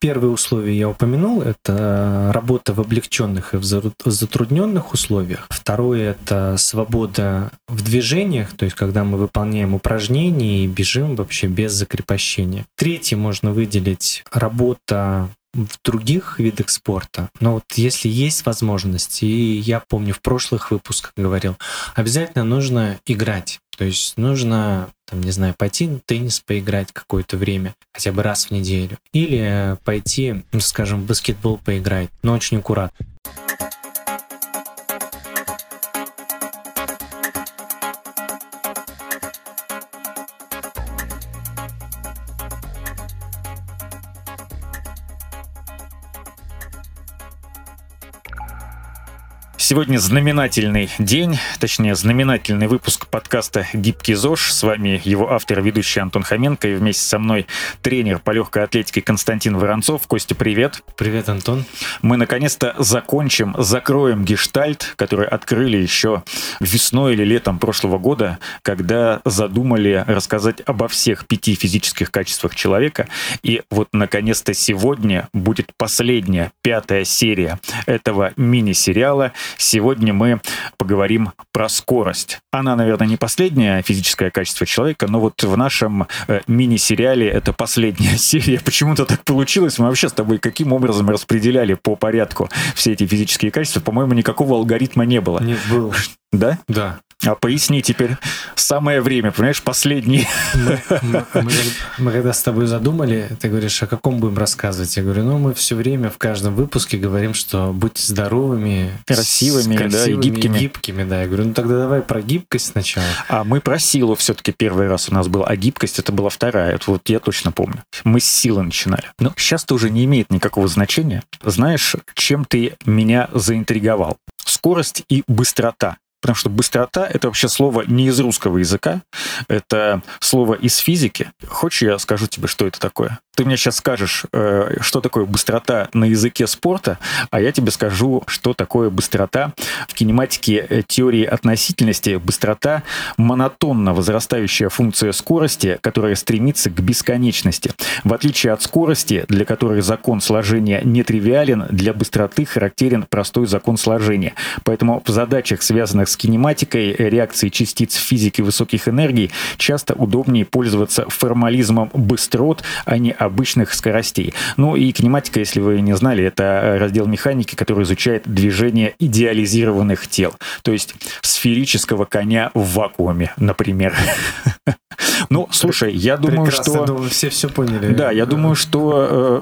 первое условие я упомянул, это работа в облегченных и в затрудненных условиях. Второе — это свобода в движениях, то есть когда мы выполняем упражнения и бежим вообще без закрепощения. Третье можно выделить — работа в других видах спорта. Но вот если есть возможность, и я помню, в прошлых выпусках говорил, обязательно нужно играть. То есть нужно, пойти на теннис поиграть какое-то время, хотя бы раз в неделю. Или пойти, скажем, в баскетбол поиграть, но очень аккуратно. Сегодня знаменательный день, точнее, знаменательный выпуск подкаста «Гибкий ЗОЖ». С вами его автор, ведущий Антон Хоменко, и вместе со мной тренер по легкой атлетике Константин Воронцов. Костя, привет. Привет, Антон. Мы наконец-то закроем гештальт, который открыли еще весной или летом прошлого года, когда задумали рассказать обо всех 5 физических качествах человека. И вот, наконец-то, сегодня будет последняя, 5-я серия этого мини-сериала. Сегодня мы поговорим про скорость. Она, наверное, не последнее физическое качество человека, но вот в нашем мини-сериале это последняя серия. Почему-то так получилось. Мы вообще с тобой каким образом распределяли по порядку все эти физические качества? По-моему, никакого алгоритма не было. Нет, было. Да? Да. А поясни теперь. Самое время, понимаешь, последний. Мы когда с тобой задумали, ты говоришь, о каком будем рассказывать? Я говорю, мы все время в каждом выпуске говорим, что будьте здоровыми, красивыми, да, и гибкими. Да. Я говорю, тогда давай про гибкость сначала. А мы про силу все-таки первый раз у нас был, а гибкость это была вторая. Это вот я точно помню. Мы с силы начинали. Но сейчас-то уже не имеет никакого значения. Знаешь, чем ты меня заинтриговал? Скорость и быстрота. Потому что быстрота — это вообще слово не из русского языка, это слово из физики. Хочешь, я скажу тебе, что это такое? Ты мне сейчас скажешь, что такое быстрота на языке спорта, а я тебе скажу, что такое быстрота в кинематике теории относительности. Быстрота — монотонно возрастающая функция скорости, которая стремится к бесконечности. В отличие от скорости, для которой закон сложения нетривиален, для быстроты характерен простой закон сложения. Поэтому в задачах, связанных с кинематикой, реакцией частиц физики высоких энергий, часто удобнее пользоваться формализмом быстрот, а не обычных скоростей. Ну и кинематика, если вы не знали, это раздел механики, который изучает движение идеализированных тел. То есть сферического коня в вакууме, например. Ну, слушай, я думаю, прекрасно, что... все поняли. Да, я думаю, что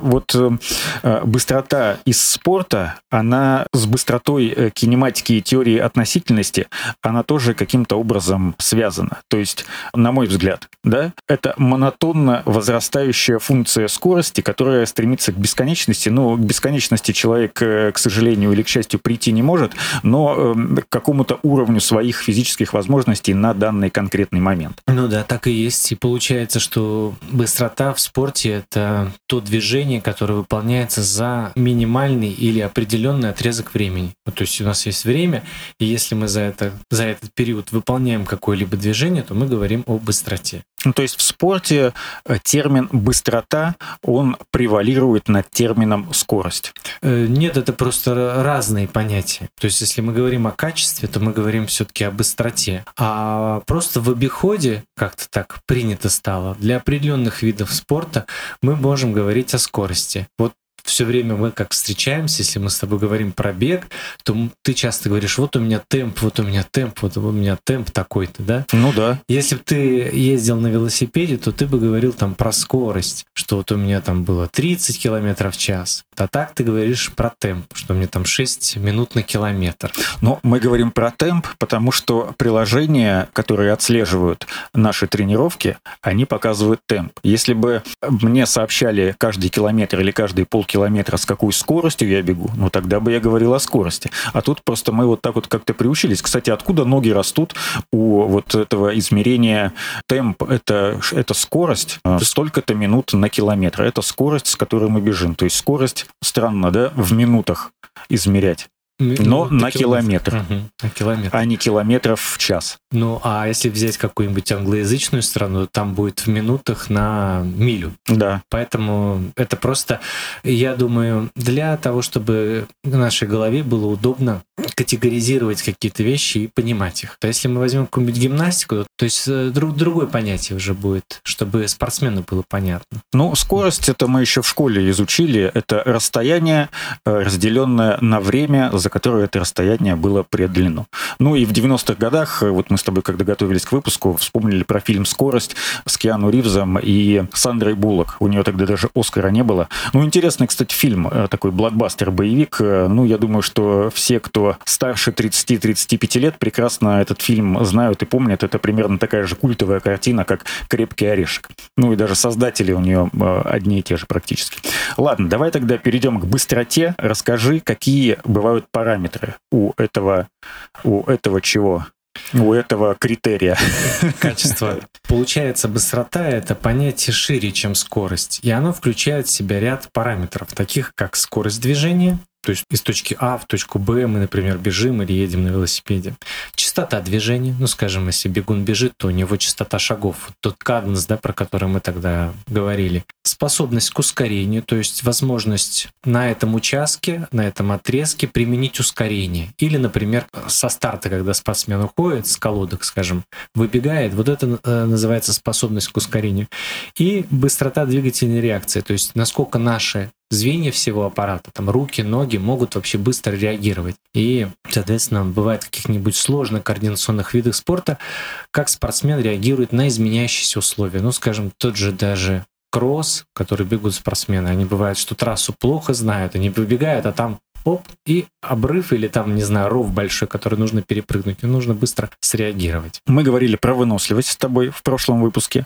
быстрота из спорта, она с быстротой кинематики и теории относительности, она тоже каким-то образом связана. То есть, на мой взгляд, да, это монотонно возрастающая функция скорости, которая стремится к бесконечности. Ну, к бесконечности человек, к сожалению или к счастью, прийти не может, но к какому-то уровню своих физических возможностей на данный конкретный момент. Ну да, так и есть. И получается, что быстрота в спорте — это то движение, которое выполняется за минимальный или определенный отрезок времени. То есть у нас есть время, и если мы за этот период выполняем какое-либо движение, то мы говорим о быстроте. Ну, то есть в спорте термин «быстрота», он превалирует над термином «скорость». Нет, это просто разные понятия. То есть если мы говорим о качестве, то мы говорим все-таки о быстроте. А просто в обиходе, как-то так принято стало, для определенных видов спорта мы можем говорить о скорости. Вот все время мы как встречаемся, если мы с тобой говорим про бег, то ты часто говоришь, вот у меня темп, вот у меня темп такой-то, да? Ну да. Если бы ты ездил на велосипеде, то ты бы говорил там про скорость, что вот у меня там было 30 км в час. А так ты говоришь про темп, что у меня там 6 минут на километр. Но мы говорим про темп, потому что приложения, которые отслеживают наши тренировки, они показывают темп. Если бы мне сообщали каждый километр или каждые полкилометра, с какой скоростью я бегу, ну тогда бы я говорил о скорости. А тут просто мы вот так вот как-то приучились. Кстати, откуда ноги растут у вот этого измерения темп? Это скорость столько-то минут на километр. Это скорость, с которой мы бежим. То есть скорость, странно, да, в минутах измерять. Но на километр. На километр. А не километров в час. Ну, а если взять какую-нибудь англоязычную страну, там будет в минутах на милю. Да. Поэтому это просто, я думаю, для того, чтобы в нашей голове было удобно категоризировать какие-то вещи и понимать их. То если мы возьмем какую-нибудь гимнастику, то есть другое понятие уже будет, чтобы спортсмену было понятно. Ну, скорость, это мы еще в школе изучили. Это расстояние, разделенное на время, за которое это расстояние было преодолено. Ну и в 90-х годах, вот мы с тобой, когда готовились к выпуску, вспомнили про фильм «Скорость» с Киану Ривзом и Сандрой Буллок. У нее тогда даже Оскара не было. Ну, интересный, кстати, фильм, такой блокбастер-боевик. Ну, я думаю, что все, кто старше 30-35 лет, прекрасно этот фильм знают и помнят. Это примерно такая же культовая картина, как «Крепкий орешек». Ну и даже создатели у нее одни и те же практически. Ладно, давай тогда перейдем к быстроте. Расскажи, какие бывают параметры у этого чего? У этого критерия. Качество. Получается, быстрота — это понятие шире, чем скорость. И оно включает в себя ряд параметров, таких как скорость движения, то есть из точки А в точку Б мы, например, бежим или едем на велосипеде. Частота движения, ну, скажем, если бегун бежит, то у него частота шагов, тот каденс, да, про который мы тогда говорили. Способность к ускорению, то есть возможность на этом участке, на этом отрезке применить ускорение. Или, например, со старта, когда спортсмен уходит с колодок, скажем, выбегает, вот это называется способность к ускорению. И быстрота двигательной реакции, то есть насколько наши звенья всего аппарата, там руки, ноги могут вообще быстро реагировать. И, соответственно, бывает в каких-нибудь сложных координационных видах спорта, как спортсмен реагирует на изменяющиеся условия. Ну, скажем, тот же даже кросс, который бегут спортсмены, они бывают, что трассу плохо знают, они выбегают, а там оп, и обрыв или там, не знаю, ров большой, который нужно перепрыгнуть, и нужно быстро среагировать. Мы говорили про выносливость с тобой в прошлом выпуске,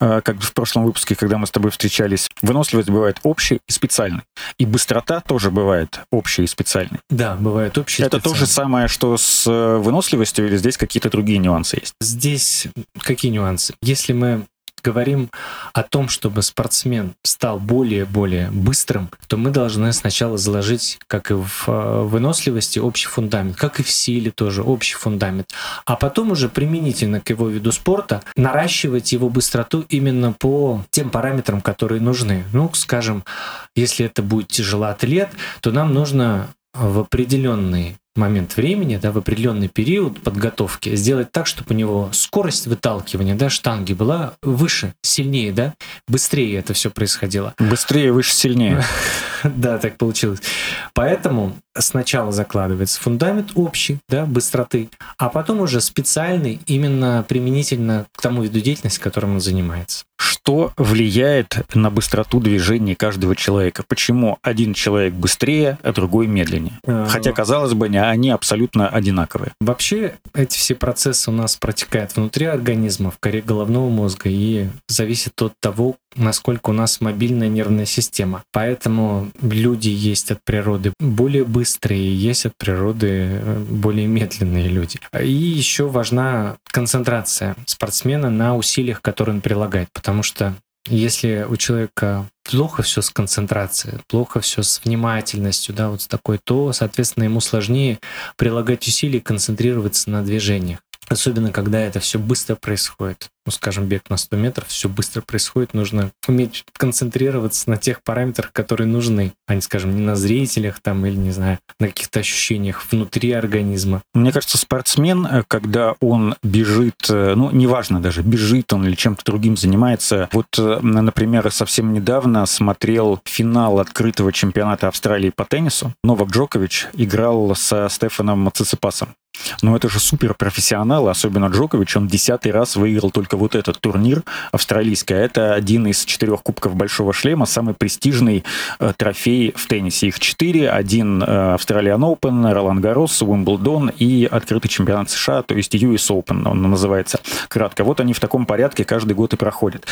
когда мы с тобой встречались. Выносливость бывает общей и специальной. И быстрота тоже бывает общей и специальной. Да, бывает общей и специальной. Это то же самое, что с выносливостью, или здесь какие-то другие нюансы есть? Здесь какие нюансы? Если мы говорим о том, чтобы спортсмен стал более быстрым, то мы должны сначала заложить, как и в выносливости, общий фундамент, как и в силе тоже общий фундамент. А потом уже применительно к его виду спорта наращивать его быстроту именно по тем параметрам, которые нужны. Ну, скажем, если это будет тяжелоатлет, то нам нужно в определенный момент времени, да, в определенный период подготовки сделать так, чтобы у него скорость выталкивания, да, штанги была выше, сильнее, да, быстрее это все происходило. Быстрее, выше, сильнее. Да, так получилось. Поэтому сначала закладывается фундамент общий, да, быстроты, а потом уже специальный именно применительно к тому виду деятельности, которым он занимается. Что влияет на быстроту движений каждого человека? Почему один человек быстрее, а другой медленнее? Хотя, казалось бы, они абсолютно одинаковые. Вообще, эти все процессы у нас протекают внутри организма, в коре головного мозга, и зависит от того, насколько у нас мобильная нервная система. Поэтому люди есть от природы более быстрые, есть от природы более медленные люди. И еще важна концентрация спортсмена на усилиях, которые он прилагает, потому что если у человека плохо все с концентрацией, плохо все с внимательностью, да, вот с такой, то, соответственно, ему сложнее прилагать усилия и концентрироваться на движениях. Особенно, когда это все быстро происходит. Ну, скажем, бег на 100 метров, все быстро происходит, нужно уметь концентрироваться на тех параметрах, которые нужны, а не, скажем, не на зрителях там или, не знаю, на каких-то ощущениях внутри организма. Мне кажется, спортсмен, когда он бежит, ну, неважно даже, бежит он или чем-то другим занимается. Вот, например, совсем недавно смотрел финал открытого чемпионата Австралии по теннису. Новак Джокович играл со Стефаном Циципасом. Но это же суперпрофессионал, особенно Джокович, он 10-й раз выиграл только вот этот турнир австралийский. Это один из 4 кубков Большого шлема, самый престижный трофей в теннисе. Их 4, один Australian Open, Ролан Гаррос, Уимблдон и открытый чемпионат США, то есть US Open, он называется кратко. Вот они в таком порядке каждый год и проходят.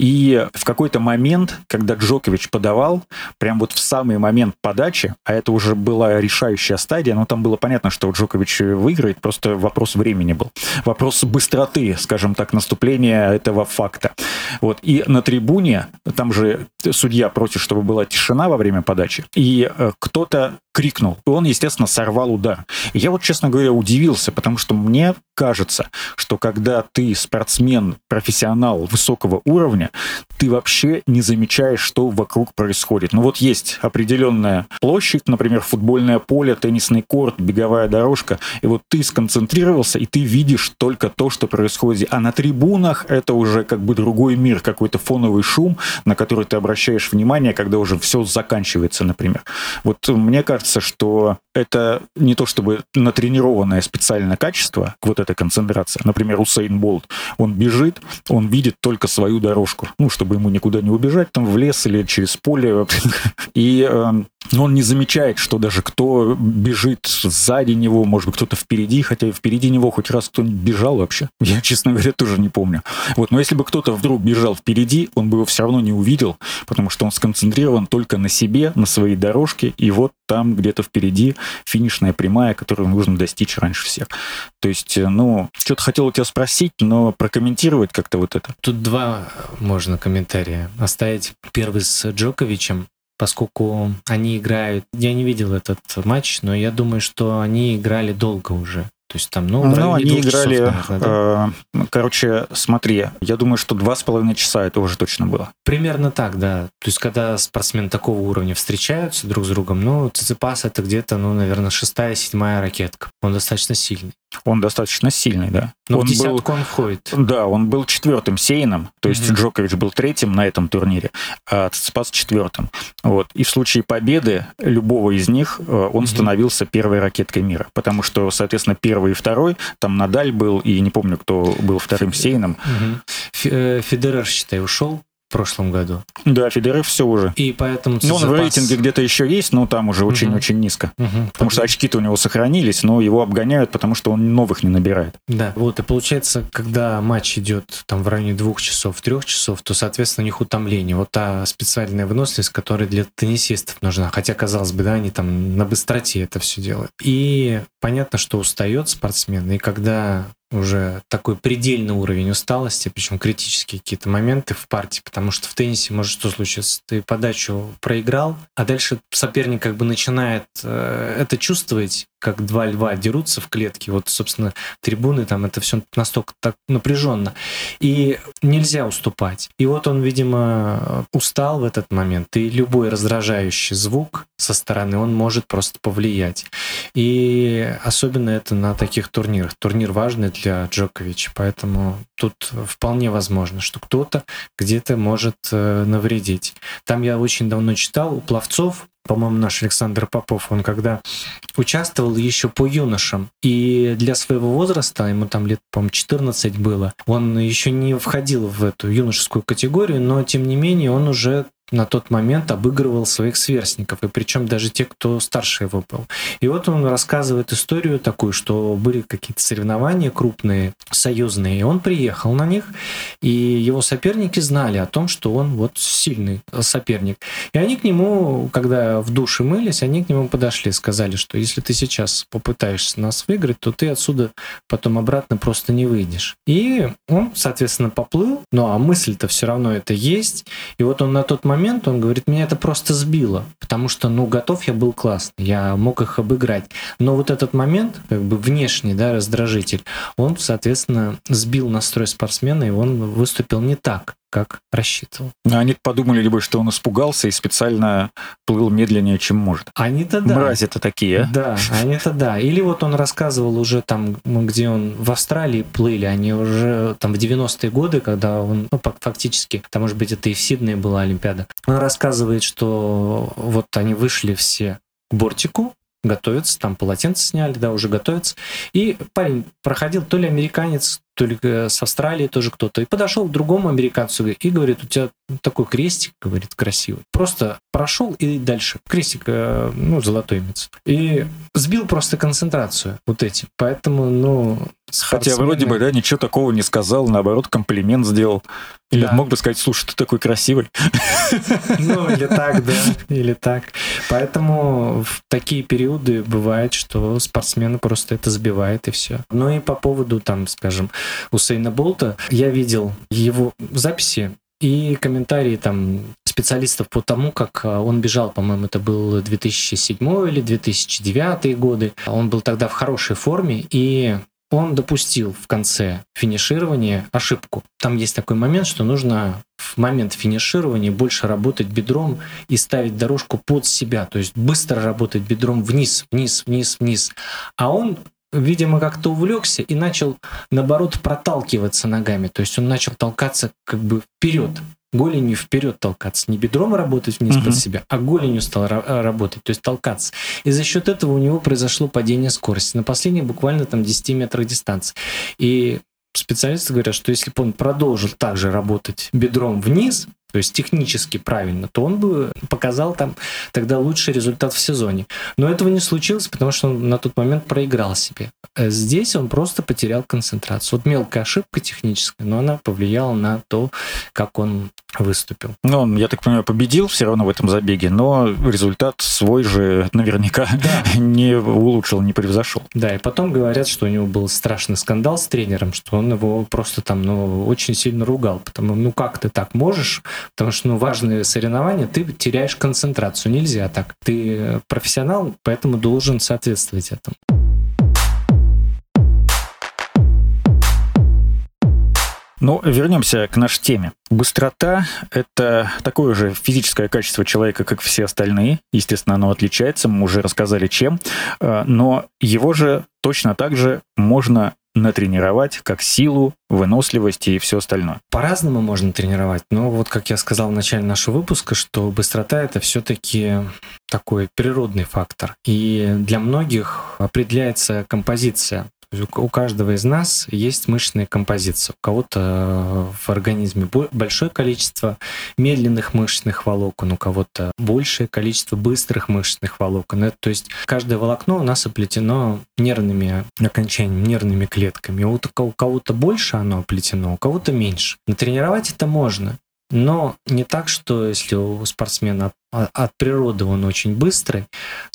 И в какой-то момент, когда Джокович подавал, прям вот в самый момент подачи, а это уже была решающая стадия, но там было понятно, что Джокович выиграет, просто вопрос времени был. Вопрос быстроты, скажем так, наступления этого факта. Вот. И на трибуне, там же судья просит, чтобы была тишина во время подачи, и кто-то крикнул. И он, естественно, сорвал удар. И я вот, честно говоря, удивился, потому что мне кажется, что когда ты спортсмен, профессионал высокого уровня, ты вообще не замечаешь, что вокруг происходит. Ну вот есть определенная площадь, например, футбольное поле, теннисный корт, беговая дорожка, и вот ты сконцентрировался, и ты видишь только то, что происходит. А на трибунах это уже как бы другой мир, какой-то фоновый шум, на который ты обращаешь внимание, когда уже все заканчивается, например. Вот мне кажется, что это не то чтобы натренированное специальное качество, вот эта концентрация. Например, Усейн Болт, он бежит, он видит только свою дорожку, ну, чтобы ему никуда не убежать, там, в лес или через поле. И он не замечает, что даже кто бежит сзади него, может быть, кто-то впереди, хотя впереди него хоть раз кто-нибудь бежал вообще. Я, честно говоря, тоже не помню. Вот, но если бы кто-то вдруг бежал впереди, он бы его все равно не увидел, потому что он сконцентрирован только на себе, на своей дорожке, и вот там где-то впереди финишная прямая, которую нужно достичь раньше всех. То есть, ну, что-то хотел у тебя спросить, но прокомментировать как-то вот это. Тут два можно комментария оставить. Первый с Джоковичем, поскольку они играют... Я не видел этот матч, но я думаю, что они играли долго уже. То есть там, они играли... Часов, наверное, да? Короче, смотри, я думаю, что 2,5 часа это уже точно было. Примерно так, да. То есть когда спортсмены такого уровня встречаются друг с другом, Циципас это где-то, наверное, 6-7 ракетка. Он достаточно сильный. Он достаточно сильный, да. Но в десятку он входит. Да, он был 4-м сеяном, то есть Джокович был 3-м на этом турнире, а Циципас 4-м. Вот. И в случае победы любого из них он становился первой ракеткой мира, потому что, соответственно, первый и второй, там Надаль был, и не помню, кто был вторым сеяном. Федерер, считай, ушел в прошлом году. Да, Федерер все уже. И поэтому он в рейтинге где-то еще есть, но там уже очень-очень низко. Потому что очки-то у него сохранились, но его обгоняют, потому что он новых не набирает. Да, вот, и получается, когда матч идет там в районе 2 часов, 3 часов, то, соответственно, у них утомление. Вот та специальная выносливость, которая для теннисистов нужна. Хотя, казалось бы, да, они там на быстроте это все делают. И понятно, что устает спортсмен, и когда уже такой предельный уровень усталости, причем критические какие-то моменты в партии, потому что в теннисе может что случиться? Ты подачу проиграл, а дальше соперник как бы начинает это чувствовать, как два льва дерутся в клетке. Вот, собственно, трибуны, там это все настолько так напряженно. И нельзя уступать. И вот он, видимо, устал в этот момент, и любой раздражающий звук со стороны, он может просто повлиять. И особенно это на таких турнирах. Турнир важный для Джоковича, поэтому тут вполне возможно, что кто-то где-то может навредить. Там я очень давно читал у пловцов, по-моему, наш Александр Попов, он когда участвовал еще по юношам, и для своего возраста, ему там лет, по-моему, 14 было, он еще не входил в эту юношескую категорию, но, тем не менее, он уже на тот момент обыгрывал своих сверстников, и причем даже те, кто старше его был. И вот он рассказывает историю такую, что были какие-то соревнования крупные, союзные, и он приехал на них, и его соперники знали о том, что он вот сильный соперник. И они к нему, когда в душе мылись, они к нему подошли, сказали, что если ты сейчас попытаешься нас выиграть, то ты отсюда потом обратно просто не выйдешь. И он, соответственно, поплыл, а мысль-то все равно это есть, и вот он на тот момент, он говорит, меня это просто сбило, потому что, готов я был классный, я мог их обыграть. Но вот этот момент, как бы внешний, да, раздражитель, он, соответственно, сбил настрой спортсмена, и он выступил не так, как рассчитывал. Они подумали либо, что он испугался и специально плыл медленнее, чем может. Они-то да. Мрази-то такие, а? Да, они-то да. Или вот он рассказывал уже там, где он в Австралии плыли, они уже там в 90-е годы, когда он, фактически, там, может быть, это и в Сиднее была Олимпиада, он рассказывает, что вот они вышли все к бортику, готовятся, там полотенце сняли, да, уже готовятся. И парень проходил, то ли американец, то ли с Австралии тоже кто-то, и подошел к другому американцу и говорит, у тебя такой крестик, говорит, красивый. Просто прошел и дальше. Крестик, золотой имеется. И сбил просто концентрацию вот этим. Поэтому, Хотя вроде бы, да, ничего такого не сказал, наоборот, комплимент сделал. Или мог бы сказать, слушай, ты такой красивый. Или так, да, или так. Поэтому в такие периоды бывает, что спортсмена просто это сбивает, и все. И по поводу, там, скажем, Усейна Болта, я видел его записи, и комментарии там специалистов по тому, как он бежал, по-моему, это был 2007 или 2009 годы. Он был тогда в хорошей форме, и он допустил в конце финиширования ошибку. Там есть такой момент, что нужно в момент финиширования больше работать бедром и ставить дорожку под себя, то есть быстро работать бедром вниз, вниз, вниз, вниз. А он, видимо, как-то увлекся и начал, наоборот, проталкиваться ногами, то есть он начал толкаться как бы вперед, голенью вперед толкаться, не бедром работать вниз под себя, а голенью стал работать, то есть толкаться. И за счет этого у него произошло падение скорости на последних буквально там 10 метрах дистанции. И специалисты говорят, что если бы он продолжил также работать бедром вниз, то есть технически правильно, то он бы показал там тогда лучший результат в сезоне. Но этого не случилось, потому что он на тот момент проиграл себе. Здесь он просто потерял концентрацию. Вот мелкая ошибка техническая, но она повлияла на то, как он выступил. Ну, он, я так понимаю, победил все равно в этом забеге, но результат свой же наверняка не улучшил, не превзошел. Да, и потом говорят, что у него был страшный скандал с тренером, что он его просто там, очень сильно ругал. Потому, как ты так можешь? Потому что, важные соревнования, ты теряешь концентрацию. Нельзя так. Ты профессионал, поэтому должен соответствовать этому. Ну, вернемся к нашей теме. Быстрота — это такое же физическое качество человека, как все остальные. Естественно, оно отличается, мы уже рассказали, чем. Но его же точно так же можно натренировать, как силу, выносливость и все остальное. По-разному можно тренировать, но вот как я сказал в начале нашего выпуска, что быстрота — это все-таки такой природный фактор. И для многих определяется композиция. У каждого из нас есть мышечная композиция. У кого-то в организме большое количество медленных мышечных волокон, у кого-то большее количество быстрых мышечных волокон. То есть каждое волокно у нас оплетено нервными окончаниями, нервными клетками. У кого-то больше оно оплетено, у кого-то меньше. Натренировать это можно, но не так, что если у спортсмена от природы он очень быстрый,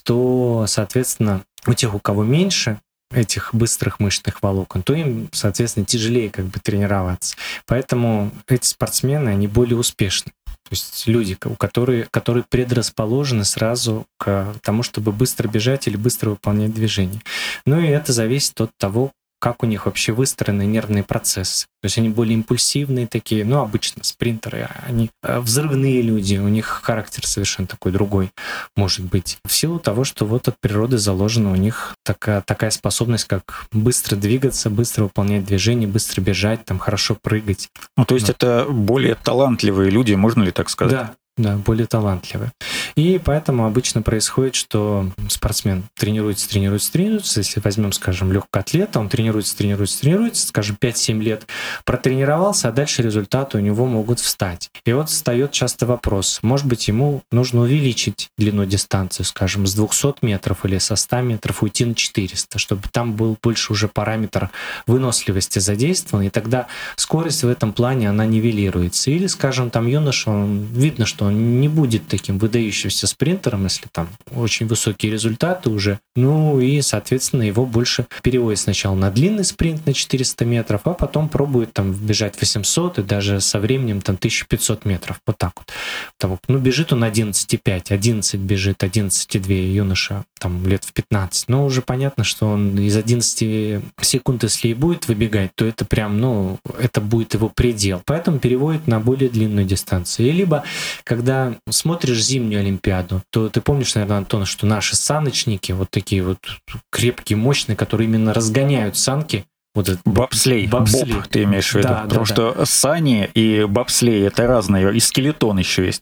то, соответственно, у тех, у кого меньше этих быстрых мышечных волокон, то им, соответственно, тяжелее тренироваться. Поэтому эти спортсмены, они более успешны. То есть люди, которые предрасположены сразу к тому, чтобы быстро бежать или быстро выполнять движения. Ну и это зависит от того, как у них вообще выстроены нервные процессы. То есть они более импульсивные такие, обычно спринтеры, они взрывные люди, у них характер совершенно такой другой может быть. В силу того, что вот от природы заложена у них такая способность, как быстро двигаться, быстро выполнять движения, быстро бежать, хорошо прыгать. То есть это более талантливые люди, можно ли так сказать? Да, более талантливые. И поэтому обычно происходит, что спортсмен тренируется. Если возьмем, скажем, легкоатлета, он тренируется, скажем, 5-7 лет, протренировался, а дальше результаты у него могут встать. И вот встает часто вопрос, может быть, ему нужно увеличить длину дистанции, скажем, с 200 метров или со 100 метров уйти на 400, чтобы там был больше уже параметр выносливости задействован, и тогда скорость в этом плане, она нивелируется. Или, скажем, там юноша, видно, что он не будет таким выдающимся спринтером, если там очень высокие результаты уже. И, соответственно, его больше переводят сначала на длинный спринт на 400 метров, а потом пробует бежать 800 и даже со временем 1500 метров. Вот так вот. Бежит он 11,5, 11 бежит, 11,2 юноша лет в 15. Но уже понятно, что он из 11 секунд, если и будет выбегать, то это прям, это будет его предел. Поэтому переводит на более длинную дистанцию. И либо когда смотришь зимнюю Олимпиаду, то ты помнишь, наверное, Антон, что наши саночники, вот такие вот крепкие, мощные, которые именно разгоняют санки. Бобслей. Боб, ты имеешь в виду. Да, потому что сани и бобслей — это разные, и скелетон еще есть.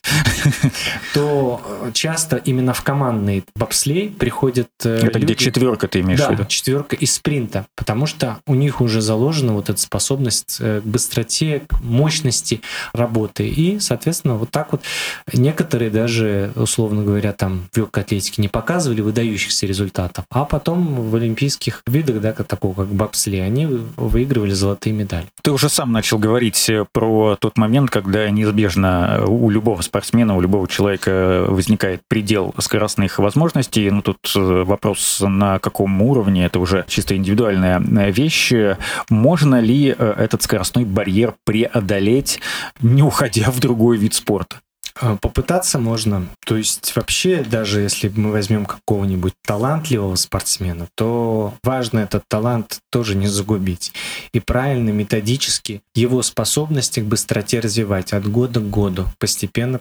То часто именно в командный бобслей приходят это люди, где четверка, ты имеешь в виду? Да, четверка из спринта, потому что у них уже заложена вот эта способность к быстроте, к мощности работы. И, соответственно, вот так вот некоторые даже, условно говоря, в легкой атлетике не показывали выдающихся результатов, а потом в олимпийских видах, такого как бобслей, они они выигрывали золотые медали. Ты уже сам начал говорить про тот момент, когда неизбежно у любого спортсмена, у любого человека возникает предел скоростных возможностей. Ну, тут вопрос, на каком уровне, это уже чисто индивидуальная вещь. Можно ли этот скоростной барьер преодолеть, не уходя в другой вид спорта? Попытаться можно. То есть вообще, даже если мы возьмем какого-нибудь талантливого спортсмена, то важно этот талант тоже не загубить. И правильно, методически его способности к быстроте развивать от года к году. Постепенно.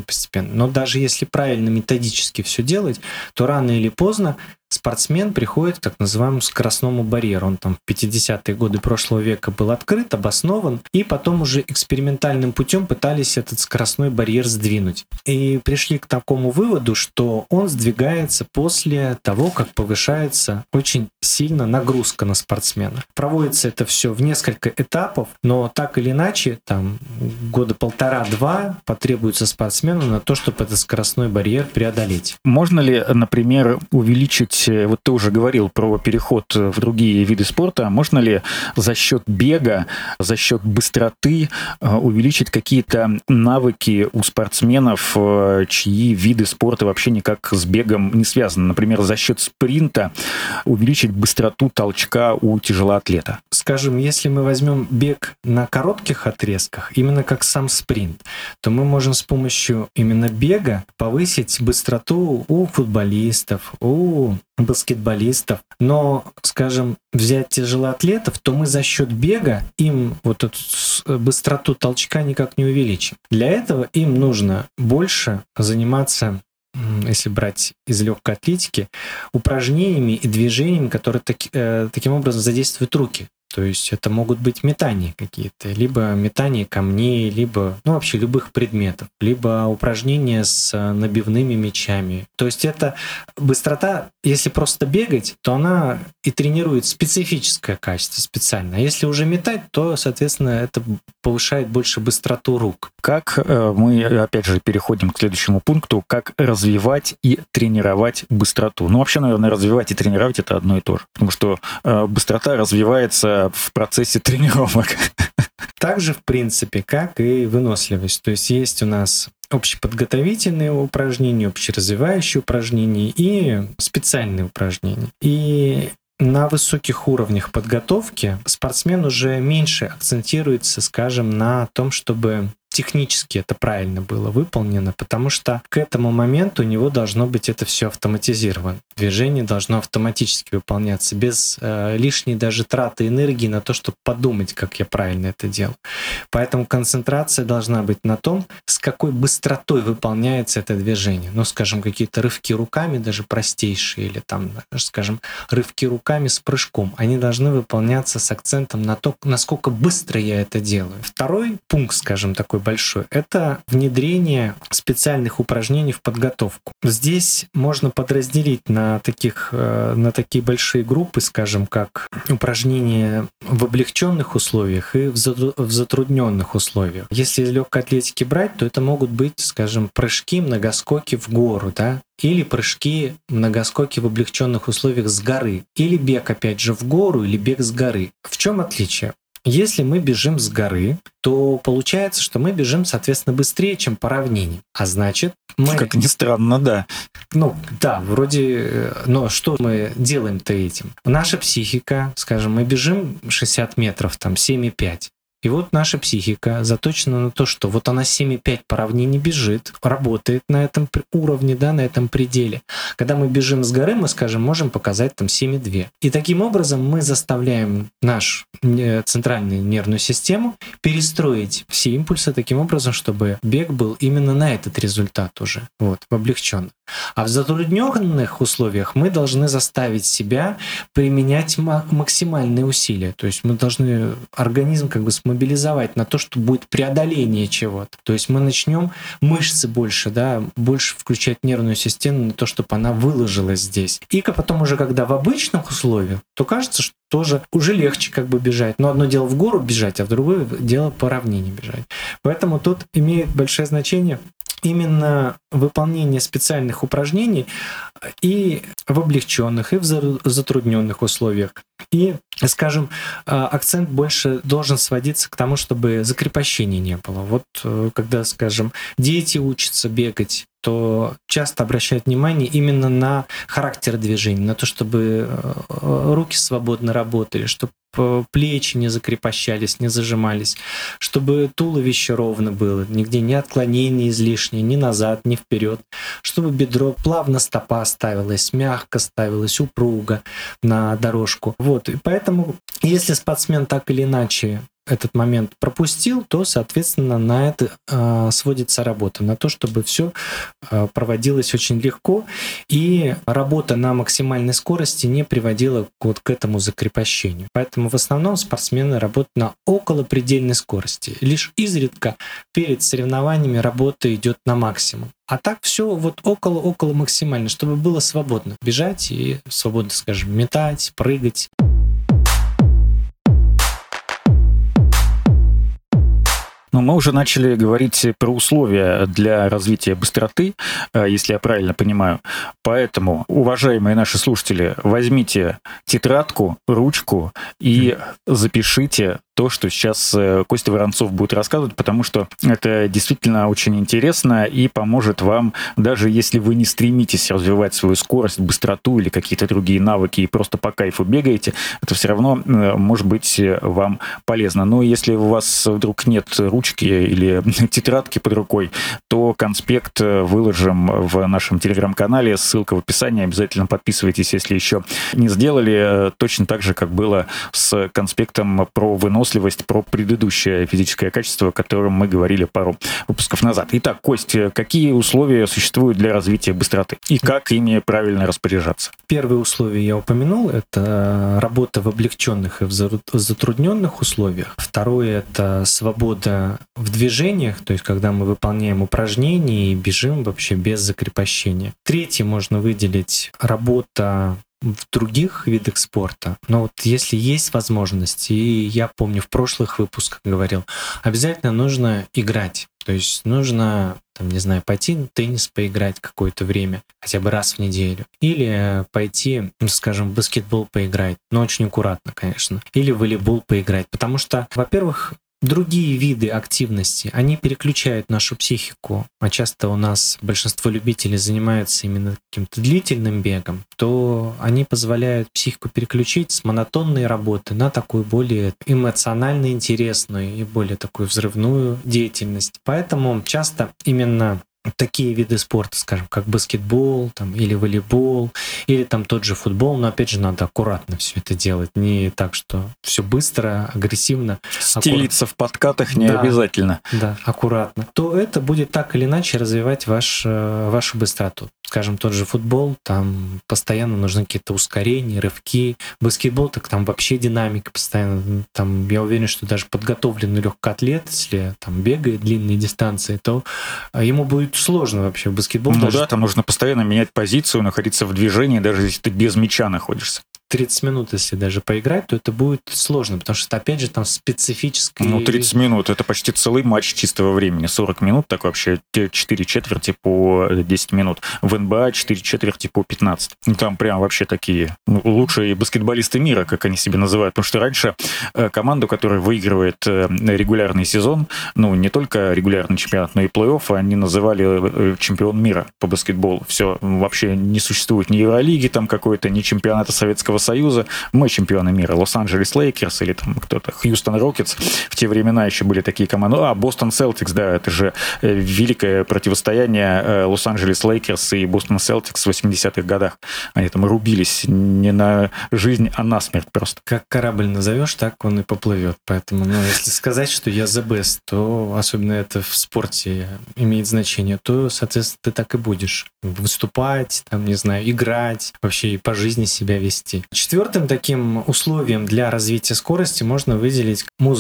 Но даже если правильно методически все делать, то рано или поздно спортсмен приходит к так называемому скоростному барьеру. Он там в 50-е годы прошлого века был открыт, обоснован, и потом уже экспериментальным путем пытались этот скоростной барьер сдвинуть. И пришли к такому выводу, что он сдвигается после того, как повышается очень сильно нагрузка на спортсмена. Проводится это все в несколько этапов, но так или иначе, там года 1,5-2 потребуется спортсмену на то, чтобы этот скоростной барьер преодолеть. Можно ли, например, увеличить, вот ты уже говорил про переход в другие виды спорта, можно ли за счет бега, за счет быстроты увеличить какие-то навыки у спортсменов, чьи виды спорта вообще никак с бегом не связаны? Например, за счет спринта увеличить быстроту толчка у тяжелоатлета? Скажем, если мы возьмем бег на коротких отрезках, именно как сам спринт, то мы можем с помощью именно бега повысить быстроту у футболистов, у баскетболистов. Но, скажем, взять тяжелоатлетов, то мы за счет бега им вот эту быстроту толчка никак не увеличим. Для этого им нужно больше заниматься, если брать из легкой атлетики, упражнениями и движениями, которые таким образом задействуют руки. То есть это могут быть метания какие-то, либо метание камней, либо, вообще любых предметов, либо упражнения с набивными мячами. То есть это быстрота, если просто бегать, то она и тренирует специфическое качество специально. А если уже метать, то, соответственно, это повышает больше быстроту рук. Как мы, опять же, переходим к следующему пункту, как развивать и тренировать быстроту? Вообще, наверное, развивать и тренировать — это одно и то же, потому что быстрота развивается в процессе тренировок. Так же, в принципе, как и выносливость. То есть есть у нас общеподготовительные упражнения, общеразвивающие упражнения и специальные упражнения. И на высоких уровнях подготовки спортсмен уже меньше акцентируется, скажем, на том, чтобы технически это правильно было выполнено, потому что к этому моменту у него должно быть это все автоматизировано. Движение должно автоматически выполняться без лишней даже траты энергии на то, чтобы подумать, как я правильно это делаю. Поэтому концентрация должна быть на том, с какой быстротой выполняется это движение. Скажем, какие-то рывки руками, даже простейшие, или там, скажем, рывки руками с прыжком, они должны выполняться с акцентом на то, насколько быстро я это делаю. Второй пункт, скажем, такой большой, это внедрение специальных упражнений в подготовку. Здесь можно подразделить на такие большие группы, скажем, как упражнения в облегченных условиях и в затрудненных условиях. Если из легкой атлетики брать, то это могут быть, скажем, прыжки, многоскоки в гору, или прыжки, многоскоки в облегченных условиях с горы, или бег, опять же, в гору, или бег с горы. В чем отличие? Если мы бежим с горы, то получается, что мы бежим, соответственно, быстрее, чем по равнине. А значит, мы... Как ни странно, да. Вроде... Но что мы делаем-то этим? Наша психика, скажем, мы бежим 60 метров, 7,5. И вот наша психика заточена на то, что вот она 7,5 по равнине бежит, работает на этом уровне, на этом пределе. Когда мы бежим с горы, мы, скажем, можем показать 7,2. И таким образом мы заставляем нашу центральную нервную систему перестроить все импульсы таким образом, чтобы бег был именно на этот результат уже, в облегченном. А в затрудненных условиях мы должны заставить себя применять максимальные усилия. То есть мы должны организм смобилизовать на то, что будет преодоление чего-то. То есть мы начнем мышцы больше включать нервную систему на то, чтобы она выложилась здесь. И потом уже, когда в обычных условиях, то кажется, что тоже уже легче бежать. Но одно дело в гору бежать, а другое дело по равнине бежать. Поэтому тут имеет большое значение именно выполнение специальных упражнений и в облегченных, и в затрудненных условиях. И, скажем, акцент больше должен сводиться к тому, чтобы закрепощения не было. Вот когда, скажем, дети учатся бегать, то часто обращают внимание именно на характер движения, на то, чтобы руки свободно работали, чтобы плечи не закрепощались, не зажимались, чтобы туловище ровно было, нигде ни отклонения излишние, ни назад, ни вперед, чтобы бедро плавно стопа ставилась, мягко ставилась, упруго на дорожку. Вот. И поэтому, если спортсмен так или иначе этот момент пропустил, то, соответственно, на это сводится работа, на то, чтобы все проводилось очень легко, и работа на максимальной скорости не приводила вот к этому закрепощению. Поэтому в основном спортсмены работают на околопредельной скорости. Лишь изредка перед соревнованиями работа идет на максимум. А так все вот около максимально, чтобы было свободно бежать и свободно, скажем, метать, прыгать. Но мы уже начали говорить про условия для развития быстроты, если я правильно понимаю. Поэтому, уважаемые наши слушатели, возьмите тетрадку, ручку и запишите то, что сейчас Костя Воронцов будет рассказывать, потому что это действительно очень интересно и поможет вам, даже если вы не стремитесь развивать свою скорость, быстроту или какие-то другие навыки и просто по кайфу бегаете, это все равно может быть вам полезно. Но если у вас вдруг нет ручки или тетрадки под рукой, то конспект выложим в нашем телеграм-канале, ссылка в описании, обязательно подписывайтесь, если еще не сделали, точно так же, как было с конспектом про выносливость, про предыдущее физическое качество, о котором мы говорили пару выпусков назад. Итак, Кость, какие условия существуют для развития быстроты и как ими правильно распоряжаться? Первое условие я упомянул, это работа в облегченных и в затрудненных условиях. Второе — это свобода в движениях, то есть когда мы выполняем упражнения и бежим вообще без закрепощения. Третье можно выделить — работа в других видах спорта. Но вот если есть возможность, и я помню, в прошлых выпусках говорил, обязательно нужно играть. То есть нужно, не знаю, пойти на теннис поиграть какое-то время, хотя бы раз в неделю. Или пойти, скажем, в баскетбол поиграть, но очень аккуратно, конечно. Или в волейбол поиграть. Потому что, во-первых, другие виды активности, они переключают нашу психику, а часто у нас большинство любителей занимаются именно каким-то длительным бегом, то они позволяют психику переключить с монотонной работы на такую более эмоционально интересную и более такую взрывную деятельность. Поэтому часто именно такие виды спорта, скажем, как баскетбол или волейбол, или тот же футбол, но опять же надо аккуратно все это делать, не так, что все быстро, агрессивно. Стелиться в подкатах не обязательно. Да, аккуратно. То это будет так или иначе развивать вашу быстроту. Скажем, тот же футбол, там постоянно нужны какие-то ускорения, рывки. Баскетбол, так там вообще динамика постоянно. Там, я уверен, что даже подготовленный легкоатлет, если бегает длинные дистанции, то ему будет сложно вообще в баскетбол. Там нужно постоянно менять позицию, находиться в движении, даже если ты без мяча находишься. 30 минут, если даже поиграть, то это будет сложно, потому что, опять же, там специфическое... 30 минут — это почти целый матч чистого времени. 40 минут, так вообще 4 четверти по 10 минут. В НБА 4 четверти по 15. Там прям вообще такие лучшие баскетболисты мира, как они себя называют. Потому что раньше команду, которая выигрывает регулярный сезон, не только регулярный чемпионат, но и плей-офф, они называли чемпион мира по баскетболу. Все, вообще не существует ни Евролиги там какой-то, ни чемпионата Советского Союза. Мы чемпионы мира. Лос-Анджелес Лейкерс или кто-то Хьюстон Рокетс. В те времена еще были такие команды. Бостон Селтикс, да, это же великое противостояние Лос-Анджелес Лейкерс и Бостон Селтикс в 80-х годах. Они там рубились не на жизнь, а на смерть просто. Как корабль назовешь, так он и поплывет. Поэтому, если сказать, что я the best, то особенно это в спорте имеет значение, то, соответственно, ты так и будешь выступать, играть, вообще и по жизни себя вести. Четвертым таким условием для развития скорости можно выделить музыку.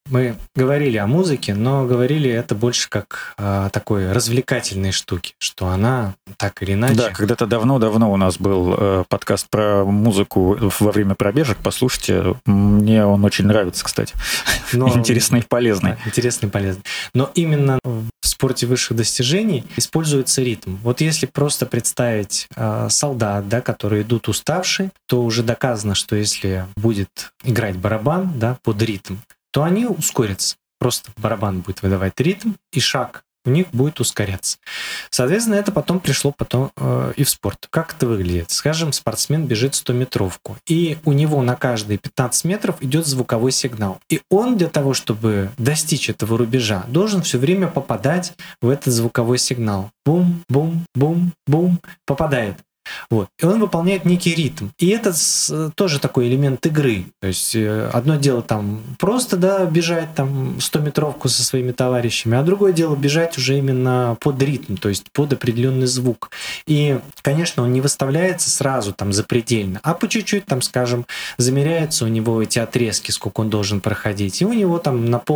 Мы говорили о музыке, но говорили это больше как такой развлекательной штуки, что она так или иначе... Да, когда-то давно-давно у нас был подкаст про музыку во время пробежек. Послушайте, мне он очень нравится, кстати. Интересный и полезный. Интересный и полезный. Но именно в спорте высших достижений используется ритм. Вот если просто представить солдат, да, которые идут уставшие, то уже доказано, что если будет играть барабан, да, под ритм, то они ускорятся. Просто барабан будет выдавать ритм, и шаг у них будет ускоряться. Соответственно, это потом пришло и в спорт. Как это выглядит? Скажем, спортсмен бежит 100-метровку, и у него на каждые 15 метров идет звуковой сигнал. И он для того, чтобы достичь этого рубежа, должен все время попадать в этот звуковой сигнал. Бум-бум-бум-бум, попадает. Вот. И он выполняет некий ритм. И это тоже такой элемент игры. То есть одно дело там просто, да, бежать там 100-метровку со своими товарищами, а другое дело бежать уже именно под ритм, то есть под определенный звук. И, конечно, он не выставляется сразу там запредельно, а по чуть-чуть там, скажем, замеряются у него эти отрезки, сколько он должен проходить. И у него там на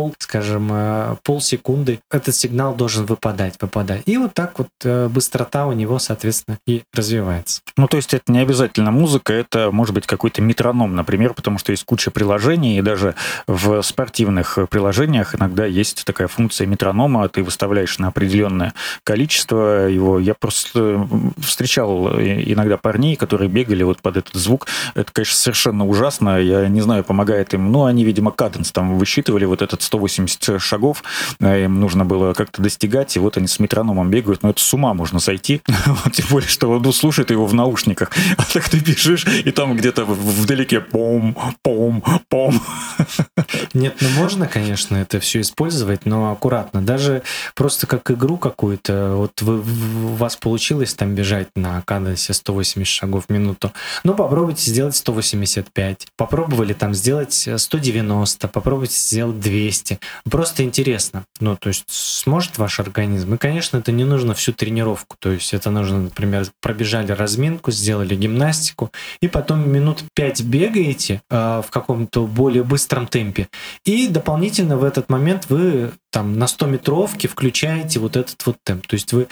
полсекунды этот сигнал должен выпадать. И вот так вот быстрота у него, соответственно, и развивается. Ну, то есть это не обязательно музыка, это может быть какой-то метроном, например, потому что есть куча приложений, и даже в спортивных приложениях иногда есть такая функция метронома, ты выставляешь на определенное количество его. Я просто встречал иногда парней, которые бегали вот под этот звук. Это, конечно, совершенно ужасно, я не знаю, помогает им, но они, видимо, каденс там высчитывали, вот этот 180 шагов, им нужно было как-то достигать, и вот они с метрономом бегают, но это с ума можно сойти, тем более, что он слушает его в наушниках, а так ты бежишь, и там где-то вдалеке пом-пом-пом. Нет, ну можно, конечно, это все использовать, но аккуратно. Даже просто как игру какую-то, вот у вас получилось там бежать на каденсе 180 шагов в минуту, ну попробуйте сделать 185, попробовали там сделать 190, попробуйте сделать 200. Просто интересно. Ну, то есть сможет ваш организм? И, конечно, это не нужно всю тренировку, то есть это нужно, например, пробежали разминку, сделали гимнастику, и потом минут 5 бегаете в каком-то более быстром темпе, и дополнительно в этот момент вы там на 100-метровке включаете вот этот вот темп. То есть вы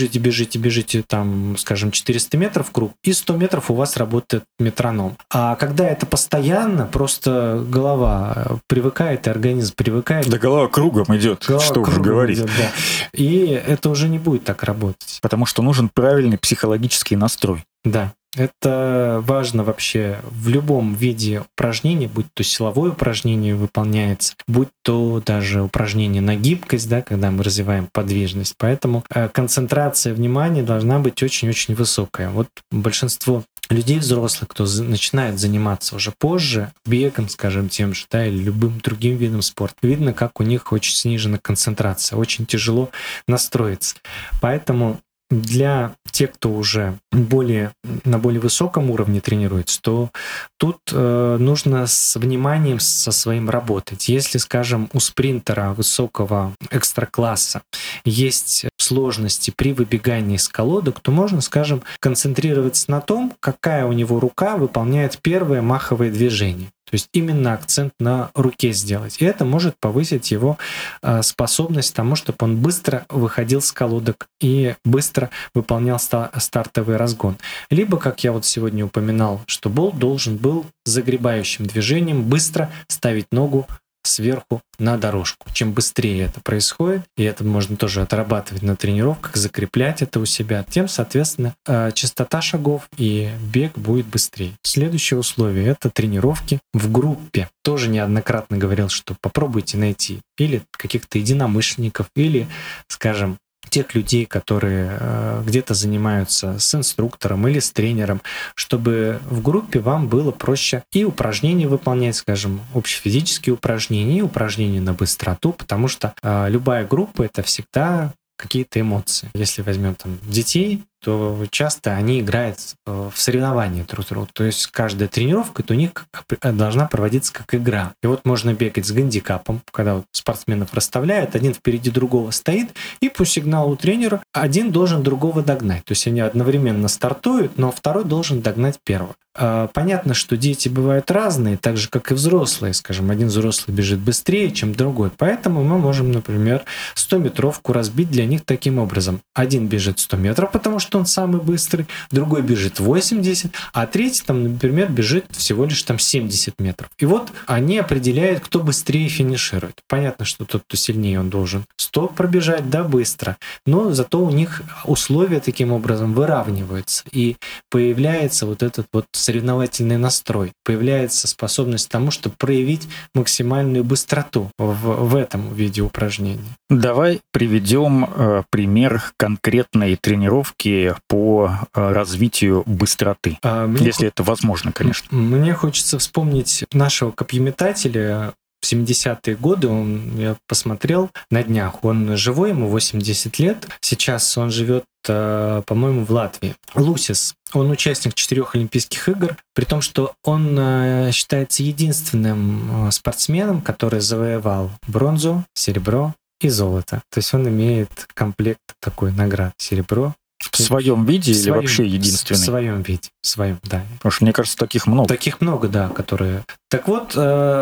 бежите там, скажем, 400 метров в круг, и 100 метров у вас работает метроном. А когда это постоянно, просто голова привыкает, и организм привыкает. Да голова кругом идет, что уже говорить. Идет, да. И это уже не будет так работать. Потому что нужен правильный психологический настрой. Да. Это важно вообще в любом виде упражнения, будь то силовое упражнение выполняется, будь то даже упражнение на гибкость, да, когда мы развиваем подвижность. Поэтому концентрация внимания должна быть очень-очень высокая. Вот большинство людей взрослых, кто начинает заниматься уже позже, бегом, скажем, тем же, да, или любым другим видом спорта, видно, как у них очень снижена концентрация, очень тяжело настроиться. Поэтому для тех, кто уже на более высоком уровне тренируется, то тут нужно с вниманием со своим работать. Если, скажем, у спринтера высокого экстракласса есть сложности при выбегании с колодок, то можно, скажем, концентрироваться на том, какая у него рука выполняет первое маховое движение. То есть именно акцент на руке сделать. И это может повысить его способность к тому, чтобы он быстро выходил с колодок и быстро выполнял стартовый разгон. Либо, как я вот сегодня упоминал, что болт должен был загребающим движением быстро ставить ногу сверху на дорожку. Чем быстрее это происходит, и это можно тоже отрабатывать на тренировках, закреплять это у себя, тем, соответственно, частота шагов и бег будет быстрее. Следующее условие — это тренировки в группе. Тоже неоднократно говорил, что попробуйте найти или каких-то единомышленников, или, скажем, тех людей, которые где-то занимаются с инструктором или с тренером, чтобы в группе вам было проще и упражнения выполнять, скажем, общефизические упражнения, и упражнения на быстроту, потому что любая группа — это всегда какие-то эмоции. Если возьмем там детей, то часто они играют в соревнования друг с другом. То есть каждая тренировка у них должна проводиться как игра. И вот можно бегать с гандикапом, когда вот спортсменов расставляют, один впереди другого стоит, и по сигналу тренера один должен другого догнать. То есть они одновременно стартуют, но второй должен догнать первого. Понятно, что дети бывают разные, так же, как и взрослые. Скажем, один взрослый бежит быстрее, чем другой. Поэтому мы можем, например, 100-метровку разбить для них таким образом. Один бежит 100 метров, потому что он самый быстрый, другой бежит 80, а третий, например, бежит всего лишь 70 метров. И вот они определяют, кто быстрее финиширует. Понятно, что тот, кто сильнее, он должен 100 пробежать, да, быстро. Но зато у них условия таким образом выравниваются. И появляется вот этот вот соревновательный настрой, появляется способность к тому, чтобы проявить максимальную быстроту в этом виде упражнений. Давай приведем пример конкретной тренировки по развитию быстроты, если это возможно, конечно. Мне хочется вспомнить нашего копьеметателя. В 70-е годы я посмотрел на днях, он живой, ему 80 лет, сейчас он живет, по-моему, в Латвии. Лусис, он участник 4 Олимпийских игр, при том, что он считается единственным спортсменом, который завоевал бронзу, серебро и золото. То есть он имеет комплект такой наград: серебро. В своем виде или вообще единственный? В своем виде, в своем, да. Потому что, мне кажется, таких много. Таких много, да, которые... Так вот,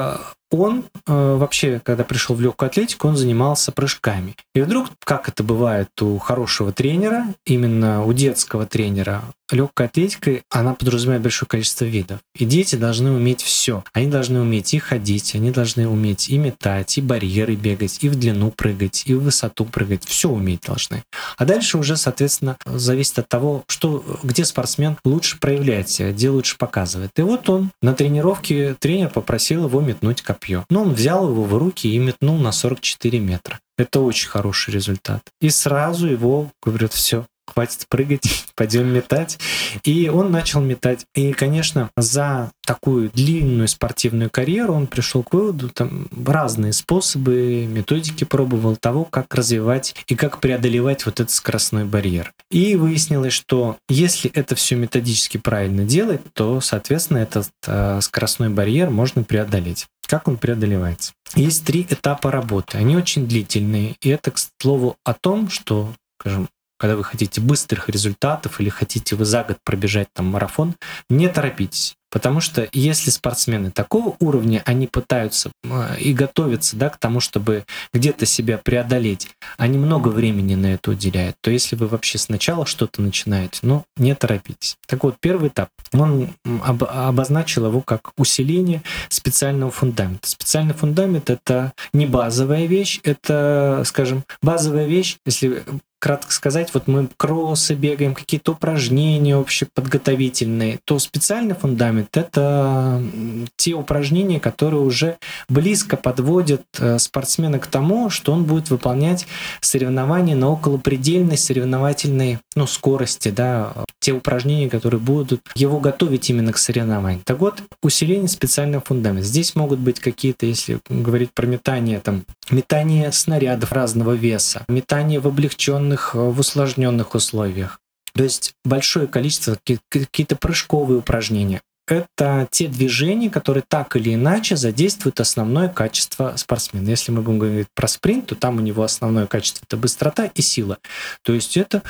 он вообще, когда пришел в легкую атлетику, он занимался прыжками. И вдруг, как это бывает у хорошего тренера, именно у детского тренера, легкая атлетика, она подразумевает большое количество видов. И дети должны уметь все. Они должны уметь и ходить, они должны уметь и метать, и барьеры бегать, и в длину прыгать, и в высоту прыгать. Все уметь должны. А дальше уже, соответственно, зависит от того, где спортсмен лучше проявляет себя, где лучше показывает. И вот он на тренировке, тренер попросил его метнуть копье. Но он взял его в руки и метнул на 44 метра. Это очень хороший результат. И сразу его говорят: все, хватит прыгать, пойдем метать. И он начал метать. И, конечно, за такую длинную спортивную карьеру он пришел к выводу, там разные способы, методики пробовал того, как развивать и как преодолевать вот этот скоростной барьер. И выяснилось, что если это все методически правильно делать, то, соответственно, этот скоростной барьер можно преодолеть. Как он преодолевается? Есть 3 этапа работы. Они очень длительные. И это, к слову, о том, что, скажем, когда вы хотите быстрых результатов или хотите вы за год пробежать марафон, не торопитесь. Потому что если спортсмены такого уровня, они пытаются и готовятся к тому, чтобы где-то себя преодолеть, они много времени на это уделяют, то если вы вообще сначала что-то начинаете, не торопитесь. Так вот, первый этап, он обозначил его как усиление специального фундамента. Специальный фундамент — это не базовая вещь, это, скажем, базовая вещь, если кратко сказать, вот мы кроссы бегаем, какие-то упражнения общеподготовительные, то специальный фундамент — это те упражнения, которые уже близко подводят спортсмена к тому, что он будет выполнять соревнования на околопредельной соревновательной скорости, те упражнения, которые будут его готовить именно к соревнованию. Так вот, усиление специального фундамента. Здесь могут быть какие-то, если говорить про метание, метание снарядов разного веса, метание в облегченных, в усложненных условиях. То есть большое количество, какие-то прыжковые упражнения. Это те движения, которые так или иначе задействуют основное качество спортсмена. Если мы будем говорить про спринт, то там у него основное качество — это быстрота и сила. То есть это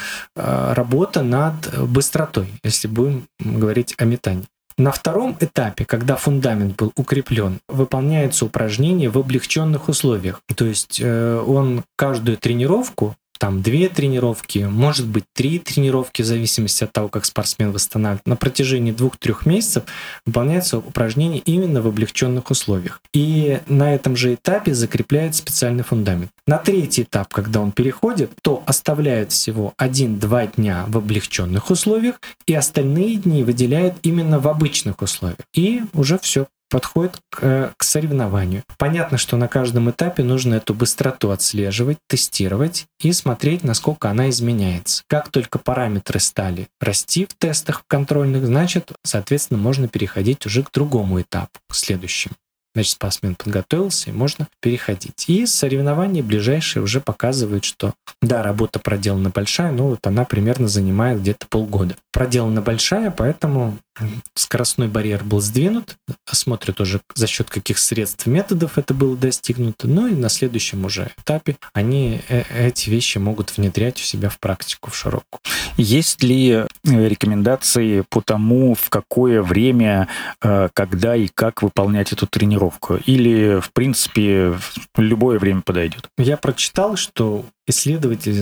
работа над быстротой, если будем говорить о метании. На втором этапе, когда фундамент был укреплен, выполняются упражнения в облегченных условиях. То есть он каждую тренировку, 2 тренировки, может быть 3 тренировки, в зависимости от того, как спортсмен восстанавливает, на протяжении 2-3 месяцев выполняются упражнения именно в облегченных условиях. И на этом же этапе закрепляет специальный фундамент. На 3-й этап, когда он переходит, то оставляют всего 1-2 дня в облегченных условиях, и остальные дни выделяют именно в обычных условиях. И уже все подходит к соревнованию. Понятно, что на каждом этапе нужно эту быстроту отслеживать, тестировать и смотреть, насколько она изменяется. Как только параметры стали расти в тестах контрольных, значит, соответственно, можно переходить уже к другому этапу, к следующему. значит, спортсмен подготовился, и можно переходить. И соревнования ближайшие уже показывают, что да, работа проделана большая, но вот она примерно занимает где-то полгода. Проделана большая, поэтому скоростной барьер был сдвинут, смотрят уже за счет каких средств, методов это было достигнуто, ну и на следующем уже этапе они эти вещи могут внедрять у себя в практику, в широкую. Есть ли рекомендации по тому, в какое время, когда и как выполнять эту тренировку? Или, в принципе, в любое время подойдет? Я прочитал, что исследователи,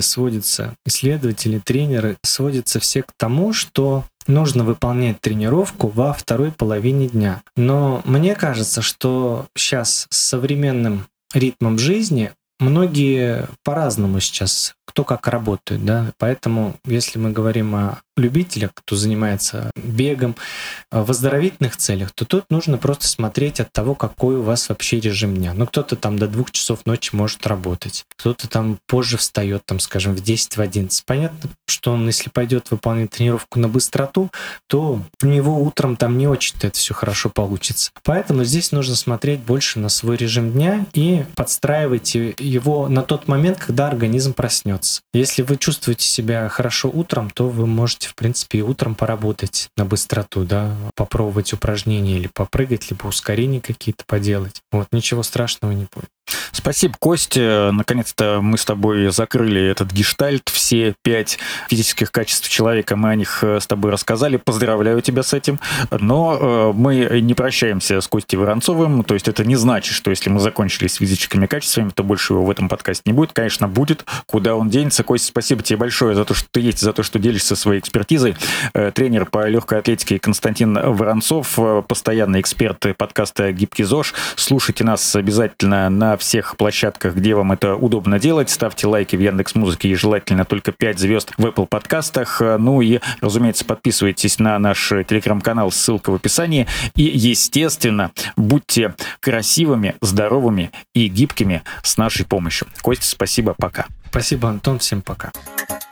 тренеры сводятся все к тому, что нужно выполнять тренировку во второй половине дня. Но мне кажется, что сейчас с современным ритмом жизни многие по-разному сейчас, кто как работает, да, поэтому если мы говорим о любителях, кто занимается бегом, в оздоровительных целях, то тут нужно просто смотреть от того, какой у вас вообще режим дня. Ну, кто-то там до 2 часов ночи может работать, кто-то там позже встает, там, скажем, в 10, в 11. Понятно, что он, если пойдет выполнять тренировку на быстроту, то у него утром там не очень-то это все хорошо получится. Поэтому здесь нужно смотреть больше на свой режим дня и подстраивать его на тот момент, когда организм проснется. Если вы чувствуете себя хорошо утром, то вы можете, в принципе, и утром поработать на быстроту, да, попробовать упражнения или попрыгать, либо ускорения какие-то поделать. Вот, ничего страшного не будет. Спасибо, Костя. Наконец-то мы с тобой закрыли этот гештальт. Все 5 физических качеств человека, мы о них с тобой рассказали. Поздравляю тебя с этим. Но мы не прощаемся с Костей Воронцовым. То есть это не значит, что если мы закончили с физическими качествами, то больше его в этом подкасте не будет. Конечно, будет. Куда он денется? Костя, спасибо тебе большое за то, что ты есть, за то, что делишься своей экспертизой. Тренер по легкой атлетике Константин Воронцов, постоянный эксперт подкаста «Гибкий ЗОЖ». Слушайте нас обязательно на всех площадках, где вам это удобно делать. Ставьте лайки в Яндекс.Музыке и желательно только 5 звезд в Apple подкастах. Ну и, разумеется, подписывайтесь на наш телеграм-канал, ссылка в описании. И, естественно, будьте красивыми, здоровыми и гибкими с нашей помощью. Костя, спасибо, пока. Спасибо, Антон, всем пока.